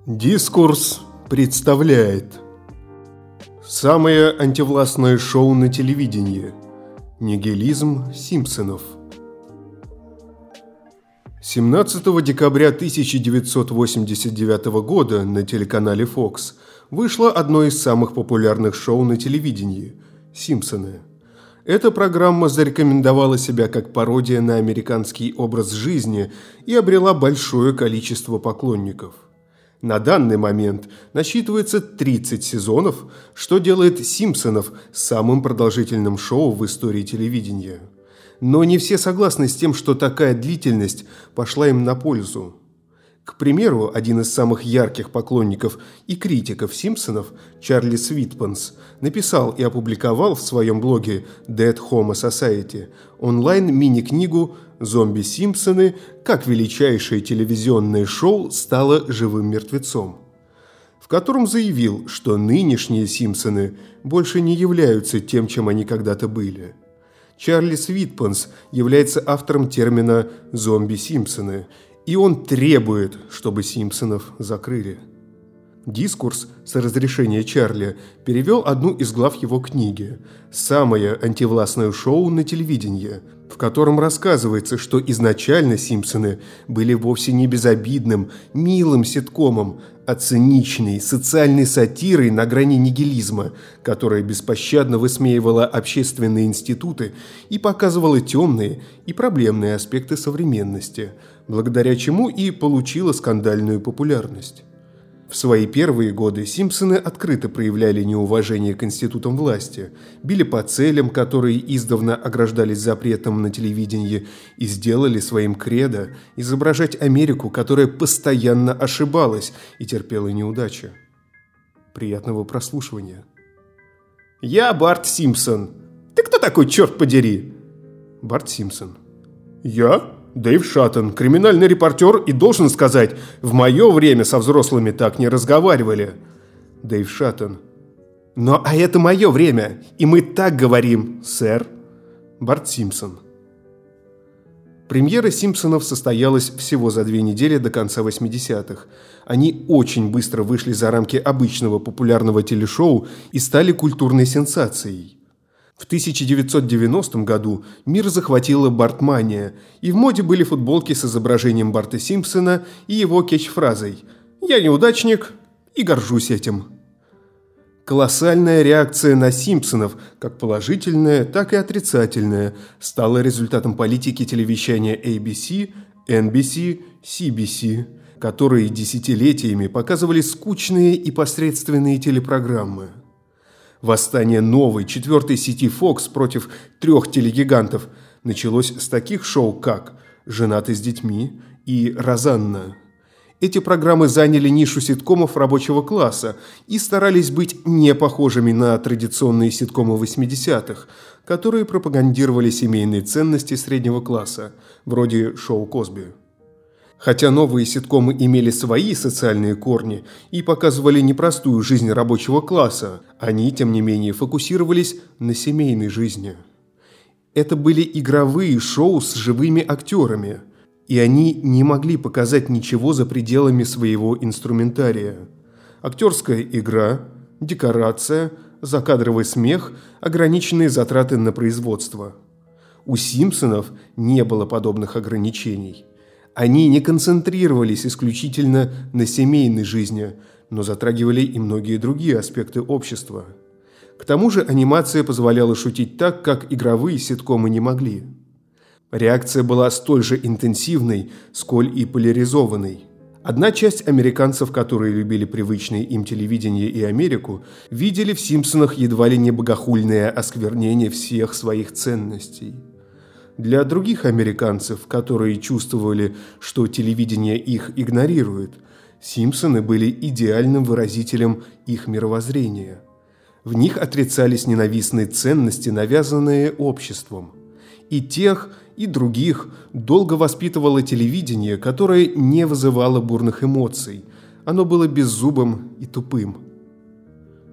Дискурс представляет самое антивластное шоу на телевидении «Нигилизм Симпсонов». 17 декабря 1989 года на телеканале Fox вышло одно из самых популярных шоу на телевидении «Симпсоны». Эта программа зарекомендовала себя как пародия на американский образ жизни и обрела большое количество поклонников. На данный момент насчитывается 30 сезонов, что делает «Симпсонов» самым продолжительным шоу в истории телевидения. Но не все согласны с тем, что такая длительность пошла им на пользу. К примеру, один из самых ярких поклонников и критиков «Симпсонов» Чарли Свитпанс написал и опубликовал в своем блоге Dead Homo Society онлайн-мини-книгу «Зомби-Симпсоны. Как величайшее телевизионное шоу стало живым мертвецом», в котором заявил, что нынешние «Симпсоны» больше не являются тем, чем они когда-то были. Чарли Свитпанс является автором термина «зомби-Симпсоны», и он требует, чтобы «Симпсонов» закрыли. Дискурс с разрешения Чарли перевел одну из глав его книги «Самое антивластное шоу на телевидении», в котором рассказывается, что изначально «Симпсоны» были вовсе не безобидным, милым ситкомом, а циничной, социальной сатирой на грани нигилизма, которая беспощадно высмеивала общественные институты и показывала темные и проблемные аспекты современности, благодаря чему и получила скандальную популярность. В свои первые годы «Симпсоны» открыто проявляли неуважение к институтам власти, били по целям, которые издавна ограждались запретом на телевидении, и сделали своим кредо изображать Америку, которая постоянно ошибалась и терпела неудачи. Приятного прослушивания. Я Барт Симпсон. Ты кто такой, черт подери? Барт Симпсон. Я Дэйв Шаттон, криминальный репортер, и должен сказать, в мое время со взрослыми так не разговаривали. Дэйв Шаттон. А это мое время, и мы так говорим, сэр. Барт Симпсон. Премьера «Симпсонов» состоялась всего за 2 недели до конца 80-х. Они очень быстро вышли за рамки обычного популярного телешоу и стали культурной сенсацией. В 1990 году мир захватила Бартмания, и в моде были футболки с изображением Барта Симпсона и его кетч-фразой «Я неудачник и горжусь этим». Колоссальная реакция на «Симпсонов», как положительная, так и отрицательная, стала результатом политики телевещания ABC, NBC, CBC, которые десятилетиями показывали скучные и посредственные телепрограммы. Восстание новой, 4-й сети Fox против 3 телегигантов началось с таких шоу, как «Женаты с детьми» и «Розанна». Эти программы заняли нишу ситкомов рабочего класса и старались быть не похожими на традиционные ситкомы 80-х, которые пропагандировали семейные ценности среднего класса, вроде шоу «Косби». Хотя новые ситкомы имели свои социальные корни и показывали непростую жизнь рабочего класса, они, тем не менее, фокусировались на семейной жизни. Это были игровые шоу с живыми актерами, и они не могли показать ничего за пределами своего инструментария. Актерская игра, декорация, закадровый смех, ограниченные затраты на производство. У «Симпсонов» не было подобных ограничений. Они не концентрировались исключительно на семейной жизни, но затрагивали и многие другие аспекты общества. К тому же анимация позволяла шутить так, как игровые ситкомы не могли. Реакция была столь же интенсивной, сколь и поляризованной. Одна часть американцев, которые любили привычное им телевидение и Америку, видели в «Симпсонах» едва ли не богохульное осквернение всех своих ценностей. Для других американцев, которые чувствовали, что телевидение их игнорирует, «Симпсоны» были идеальным выразителем их мировоззрения. В них отрицались ненавистные ценности, навязанные обществом. И тех, и других долго воспитывало телевидение, которое не вызывало бурных эмоций. Оно было беззубым и тупым.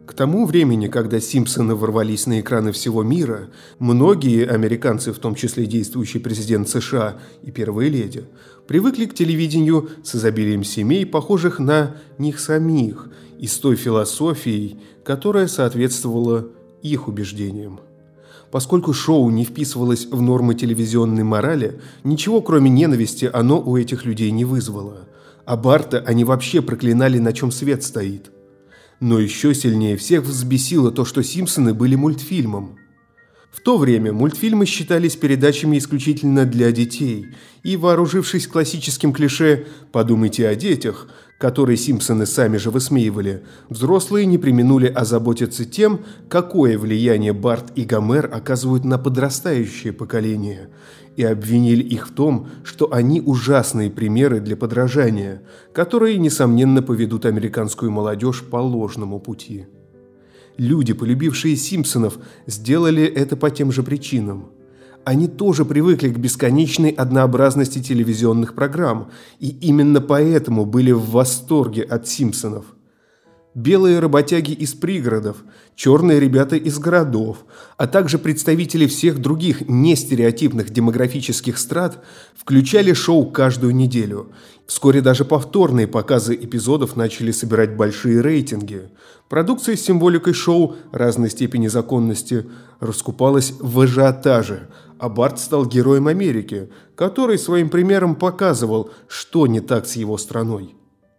К тому времени, когда «Симпсоны» ворвались на экраны всего мира, многие американцы, в том числе действующий президент США и первая леди, привыкли к телевидению с изобилием семей, похожих на них самих, и с той философией, которая соответствовала их убеждениям. Поскольку шоу не вписывалось в нормы телевизионной морали, ничего кроме ненависти оно у этих людей не вызвало. А Барта они вообще проклинали, на чем свет стоит. Но еще сильнее всех взбесило то, что «Симпсоны» были мультфильмом. В то время мультфильмы считались передачами исключительно для детей, и, вооружившись классическим клише «подумайте о детях», которые «Симпсоны» сами же высмеивали, взрослые не преминули озаботиться тем, какое влияние Барт и Гомер оказывают на подрастающее поколение, и обвинили их в том, что они ужасные примеры для подражания, которые, несомненно, поведут американскую молодежь по ложному пути. Люди, полюбившие «Симпсонов», сделали это по тем же причинам. Они тоже привыкли к бесконечной однообразности телевизионных программ, и именно поэтому были в восторге от «Симпсонов». Белые работяги из пригородов, черные ребята из городов, а также представители всех других нестереотипных демографических страт включали шоу каждую неделю. Вскоре даже повторные показы эпизодов начали собирать большие рейтинги. Продукция с символикой шоу разной степени законности раскупалась в ажиотаже, а Барт стал героем Америки, который своим примером показывал, что не так с его страной.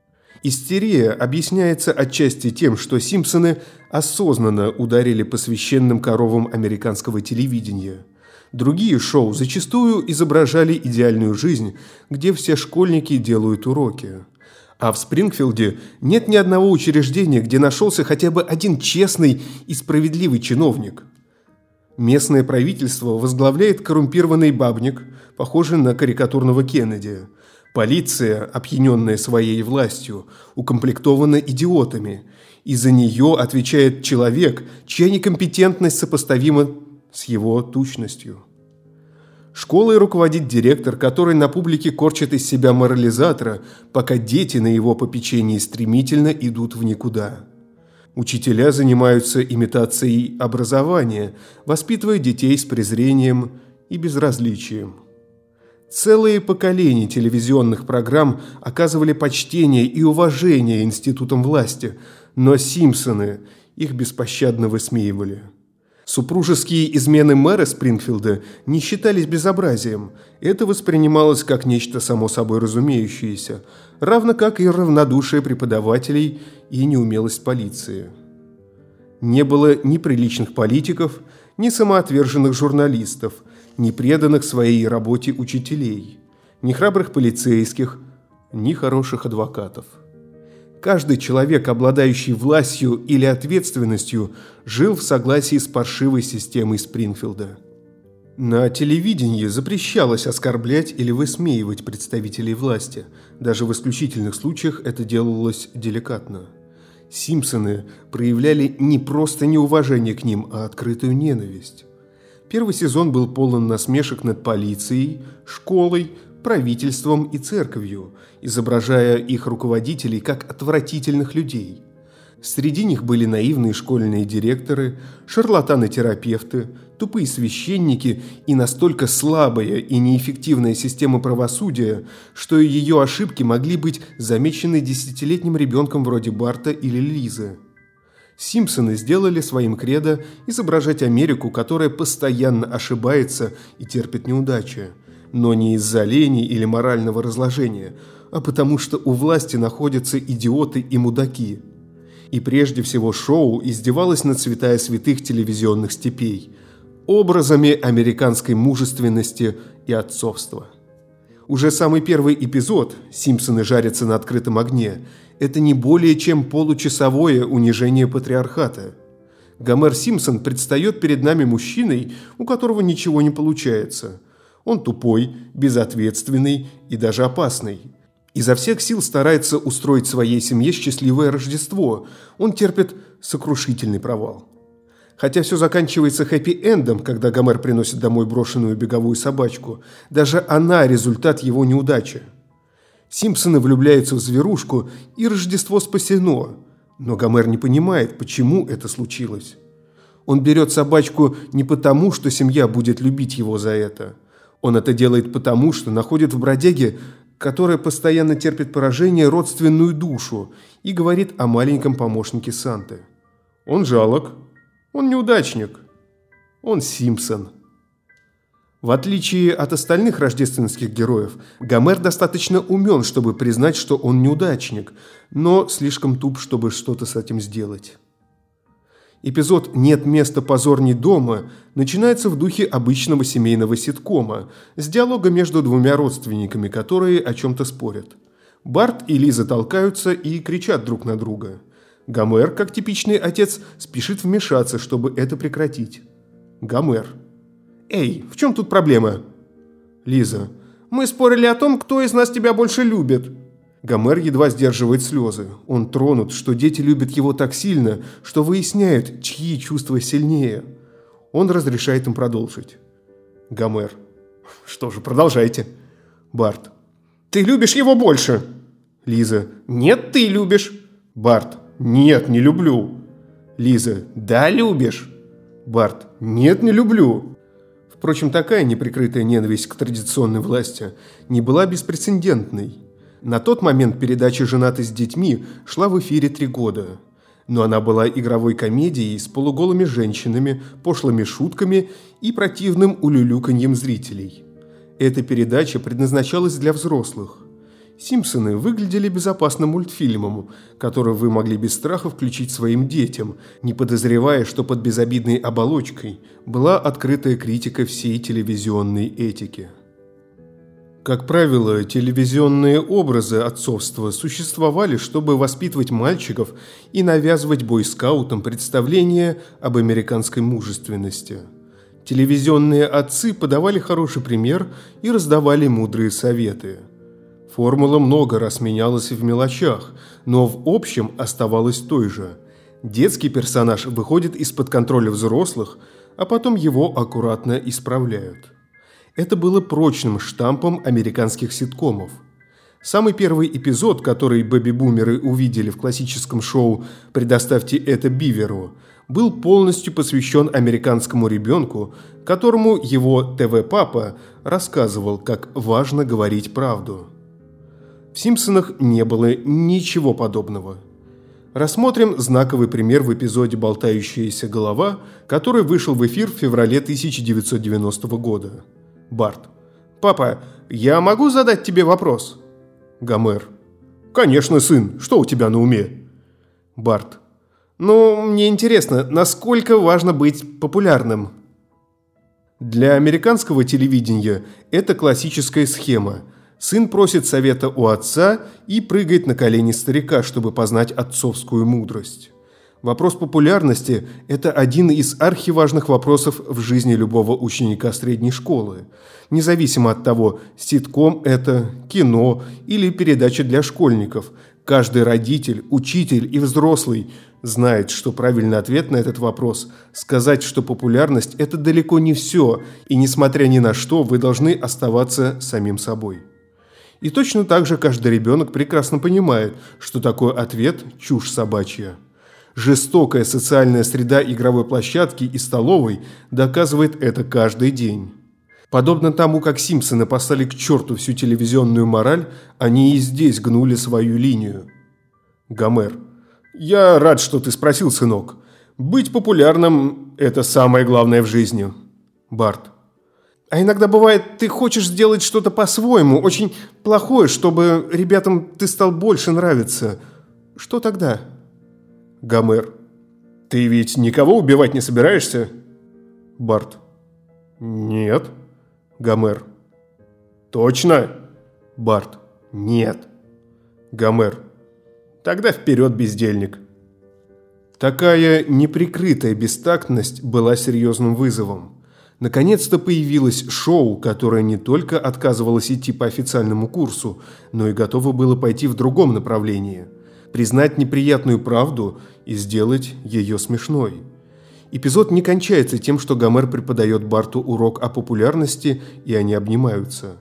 Истерия объясняется отчасти тем, что «Симпсоны» осознанно ударили по священным коровам американского телевидения. Другие шоу зачастую изображали идеальную жизнь, где все школьники делают уроки. А в Спрингфилде нет ни одного учреждения, где нашелся хотя бы один честный и справедливый чиновник. Местное правительство возглавляет коррумпированный бабник, похожий на карикатурного Кеннеди. Полиция, опьяненная своей властью, укомплектована идиотами, и за нее отвечает человек, чья некомпетентность сопоставима с его тучностью. Школой руководит директор, который на публике корчит из себя морализатора, пока дети на его попечении стремительно идут в никуда. Учителя занимаются имитацией образования, воспитывая детей с презрением и безразличием. Целые поколения телевизионных программ оказывали почтение и уважение институтам власти, но «Симпсоны» их беспощадно высмеивали. Супружеские измены мэра Спрингфилда не считались безобразием, это воспринималось как нечто само собой разумеющееся, равно как и равнодушие преподавателей и неумелость полиции. Не было ни приличных политиков, ни самоотверженных журналистов, ни преданных своей работе учителей, ни храбрых полицейских, ни хороших адвокатов. Каждый человек, обладающий властью или ответственностью, жил в согласии с паршивой системой Спрингфилда. На телевидении запрещалось оскорблять или высмеивать представителей власти. Даже в исключительных случаях это делалось деликатно. «Симпсоны» проявляли не просто неуважение к ним, а открытую ненависть. Первый сезон был полон насмешек над полицией, школой, правительством и церковью, изображая их руководителей как отвратительных людей. Среди них были наивные школьные директоры, шарлатаны-терапевты, тупые священники и настолько слабая и неэффективная система правосудия, что ее ошибки могли быть замечены десятилетним ребенком вроде Барта или Лизы. «Симпсоны» сделали своим кредо изображать Америку, которая постоянно ошибается и терпит неудачи, но не из-за лени или морального разложения, а потому что у власти находятся идиоты и мудаки. И прежде всего шоу издевалось над святая святых телевизионных степей – образами американской мужественности и отцовства. Уже самый первый эпизод «Симпсоны жарятся на открытом огне» – это не более чем получасовое унижение патриархата. Гомер Симпсон предстает перед нами мужчиной, у которого ничего не получается. Он тупой, безответственный и даже опасный. Изо всех сил старается устроить своей семье счастливое Рождество. Он терпит сокрушительный провал. Хотя все заканчивается хэппи-эндом, когда Гомер приносит домой брошенную беговую собачку, даже она результат его неудачи. Симпсоны влюбляются в зверушку, и Рождество спасено. Но Гомер не понимает, почему это случилось. Он берет собачку не потому, что семья будет любить его за это. Он это делает потому, что находит в бродяге, которая постоянно терпит поражение, родственную душу и говорит о маленьком помощнике Санты. Он жалок, он неудачник, он Симпсон. В отличие от остальных рождественских героев, Гомер достаточно умен, чтобы признать, что он неудачник, но слишком туп, чтобы что-то с этим сделать. Эпизод «Нет места позорней дома» начинается в духе обычного семейного ситкома с диалога между двумя родственниками, которые о чем-то спорят. Барт и Лиза толкаются и кричат друг на друга. Гомер, как типичный отец, спешит вмешаться, чтобы это прекратить. Гомер: «Эй, в чем тут проблема?» Лиза: «Мы спорили о том, кто из нас тебя больше любит». Гомер едва сдерживает слезы. Он тронут, что дети любят его так сильно, что выясняют, чьи чувства сильнее. Он разрешает им продолжить. Гомер: «Что же, продолжайте». Барт: «Ты любишь его больше». Лиза: «Нет, ты любишь». Барт: «Нет, не люблю». Лиза: «Да, любишь». Барт: «Нет, не люблю». Впрочем, такая неприкрытая ненависть к традиционной власти не была беспрецедентной. На тот момент передача «Женаты с детьми» шла в эфире 3 года. Но она была игровой комедией с полуголыми женщинами, пошлыми шутками и противным улюлюканьем зрителей. Эта передача предназначалась для взрослых. «Симпсоны» выглядели безопасным мультфильмом, который вы могли без страха включить своим детям, не подозревая, что под безобидной оболочкой была открытая критика всей телевизионной этики. Как правило, телевизионные образы отцовства существовали, чтобы воспитывать мальчиков и навязывать бойскаутам представление об американской мужественности. Телевизионные отцы подавали хороший пример и раздавали мудрые советы. Формула много раз менялась в мелочах, но в общем оставалась той же. Детский персонаж выходит из-под контроля взрослых, а потом его аккуратно исправляют. Это было прочным штампом американских ситкомов. Самый первый эпизод, который бэби-бумеры увидели в классическом шоу «Предоставьте это Биверу», был полностью посвящен американскому ребенку, которому его ТВ-папа рассказывал, как важно говорить правду. В «Симпсонах» не было ничего подобного. Рассмотрим знаковый пример в эпизоде «Болтающаяся голова», который вышел в эфир в феврале 1990 года. Барт: «Папа, я могу задать тебе вопрос?» Гомер: «Конечно, сын, что у тебя на уме?» Барт: «Ну, мне интересно, насколько важно быть популярным?» Для американского телевидения это классическая схема. Сын просит совета у отца и прыгает на колени старика, чтобы познать отцовскую мудрость. Вопрос популярности – это один из архиважных вопросов в жизни любого ученика средней школы. Независимо от того, ситком это, кино или передача для школьников, каждый родитель, учитель и взрослый знает, что правильный ответ на этот вопрос – сказать, что популярность – это далеко не все, и несмотря ни на что, вы должны оставаться самим собой. И точно так же каждый ребенок прекрасно понимает, что такой ответ – чушь собачья. Жестокая социальная среда игровой площадки и столовой доказывает это каждый день. Подобно тому, как «Симпсоны» послали к черту всю телевизионную мораль, они и здесь гнули свою линию. Гомер: «Я рад, что ты спросил, сынок. Быть популярным – это самое главное в жизни». Барт: «А иногда бывает, ты хочешь сделать что-то по-своему, очень плохое, чтобы ребятам ты стал больше нравиться. Что тогда?» Гомер: «Ты ведь никого убивать не собираешься?» Барт: «Нет». Гомер: «Точно?» Барт: «Нет». Гомер: «Тогда вперед, бездельник». Такая неприкрытая бестактность была серьезным вызовом. Наконец-то появилось шоу, которое не только отказывалось идти по официальному курсу, но и готово было пойти в другом направлении – признать неприятную правду и сделать ее смешной. Эпизод не кончается тем, что Гомер преподает Барту урок о популярности, и они обнимаются.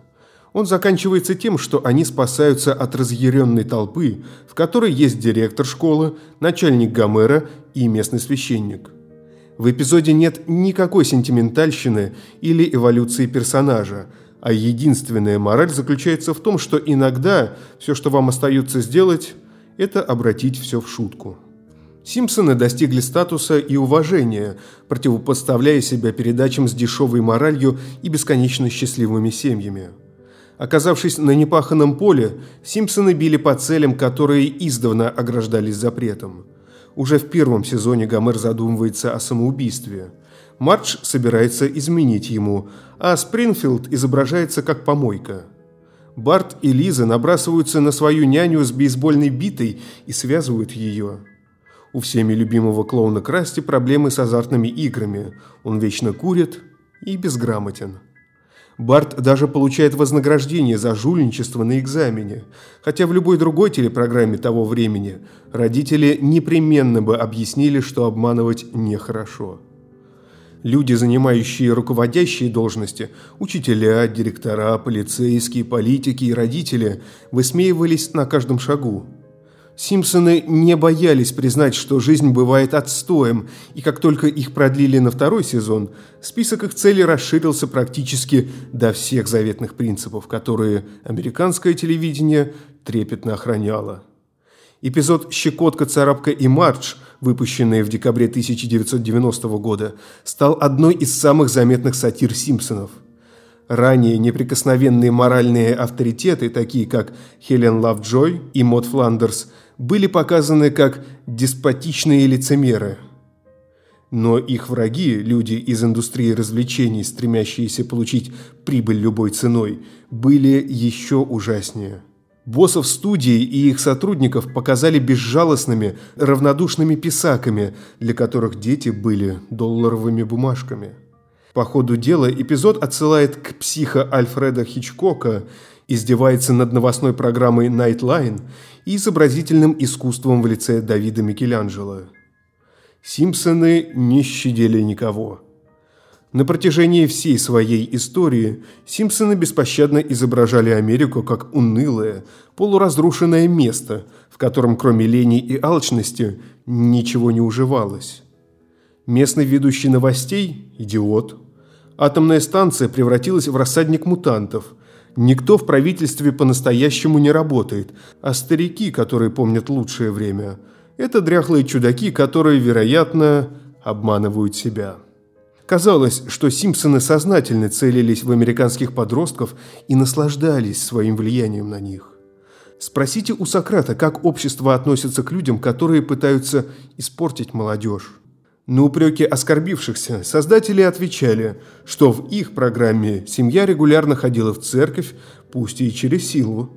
Он заканчивается тем, что они спасаются от разъяренной толпы, в которой есть директор школы, начальник Гомера и местный священник. В эпизоде нет никакой сентиментальщины или эволюции персонажа, а единственная мораль заключается в том, что иногда все, что вам остается сделать, это обратить все в шутку. «Симпсоны» достигли статуса и уважения, противопоставляя себя передачам с дешевой моралью и бесконечно счастливыми семьями. Оказавшись на непаханном поле, «Симпсоны» били по целям, которые издавна ограждались запретом. Уже в первом сезоне Гомер задумывается о самоубийстве. Мардж собирается изменить ему, а Спрингфилд изображается как помойка. Барт и Лиза набрасываются на свою няню с бейсбольной битой и связывают ее. У всеми любимого клоуна Красти проблемы с азартными играми. Он вечно курит и безграмотен. Барт даже получает вознаграждение за жульничество на экзамене, хотя в любой другой телепрограмме того времени родители непременно бы объяснили, что обманывать нехорошо. Люди, занимающие руководящие должности, учителя, директора, полицейские, политики и родители, высмеивались на каждом шагу. «Симпсоны» не боялись признать, что жизнь бывает отстоем, и как только их продлили на второй сезон, список их целей расширился практически до всех заветных принципов, которые американское телевидение трепетно охраняло. Эпизод «Щекотка, царапка и Мардж», выпущенный в декабре 1990 года, стал одной из самых заметных сатир «Симпсонов». Ранее неприкосновенные моральные авторитеты, такие как Хелен Лавджой и Мод Фландерс, были показаны как деспотичные лицемеры. Но их враги, люди из индустрии развлечений, стремящиеся получить прибыль любой ценой, были еще ужаснее. Боссов студии и их сотрудников показали безжалостными, равнодушными писаками, для которых дети были долларовыми бумажками. По ходу дела эпизод отсылает к психо Альфреда Хичкока, издевается над новостной программой «Найтлайн» и изобразительным искусством в лице Давида Микеланджело. «Симпсоны» не щадили никого. На протяжении всей своей истории «Симпсоны» беспощадно изображали Америку как унылое, полуразрушенное место, в котором кроме лени и алчности ничего не уживалось. Местный ведущий новостей – идиот. Атомная станция превратилась в рассадник мутантов. Никто в правительстве по-настоящему не работает, а старики, которые помнят лучшее время – это дряхлые чудаки, которые, вероятно, обманывают себя. Казалось, что «Симпсоны» сознательно целились в американских подростков и наслаждались своим влиянием на них. Спросите у Сократа, как общество относится к людям, которые пытаются испортить молодежь. На упреки оскорбившихся создатели отвечали, что в их программе семья регулярно ходила в церковь, пусть и через силу.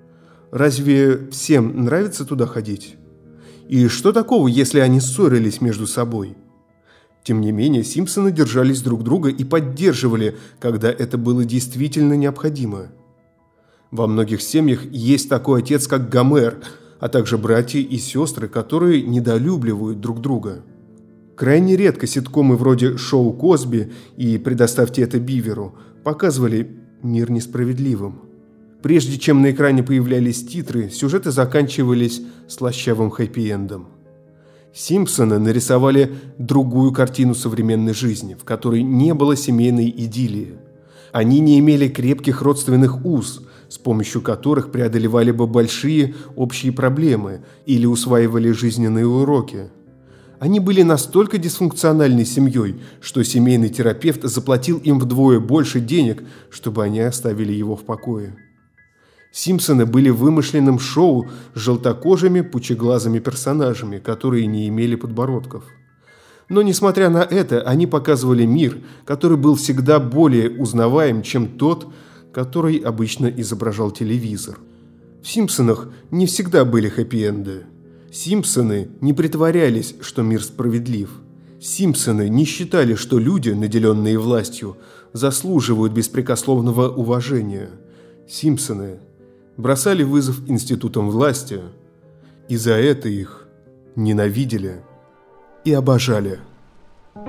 Разве всем нравится туда ходить? И что такого, если они ссорились между собой? Тем не менее, «Симпсоны» держались друг друга и поддерживали, когда это было действительно необходимо. Во многих семьях есть такой отец, как Гомер, а также братья и сестры, которые недолюбливают друг друга. Крайне редко ситкомы вроде «Шоу Косби» и «Предоставьте это Биверу» показывали мир несправедливым. Прежде чем на экране появлялись титры, сюжеты заканчивались слащавым хэппи-эндом. «Симпсоны» нарисовали другую картину современной жизни, в которой не было семейной идиллии. Они не имели крепких родственных уз, с помощью которых преодолевали бы большие общие проблемы или усваивали жизненные уроки. Они были настолько дисфункциональной семьей, что семейный терапевт заплатил им вдвое больше денег, чтобы они оставили его в покое. «Симпсоны» были вымышленным шоу с желтокожими, пучеглазыми персонажами, которые не имели подбородков. Но, несмотря на это, они показывали мир, который был всегда более узнаваем, чем тот, который обычно изображал телевизор. В «Симпсонах» не всегда были хэппи-энды. «Симпсоны» не притворялись, что мир справедлив. «Симпсоны» не считали, что люди, наделенные властью, заслуживают беспрекословного уважения. «Симпсоны» бросали вызов институтам власти, и за это их ненавидели и обожали.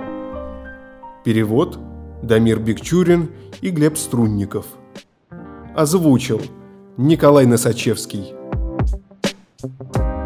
Перевод: Дамир Бекчурин и Глеб Струнников. Озвучил Николай Носачевский.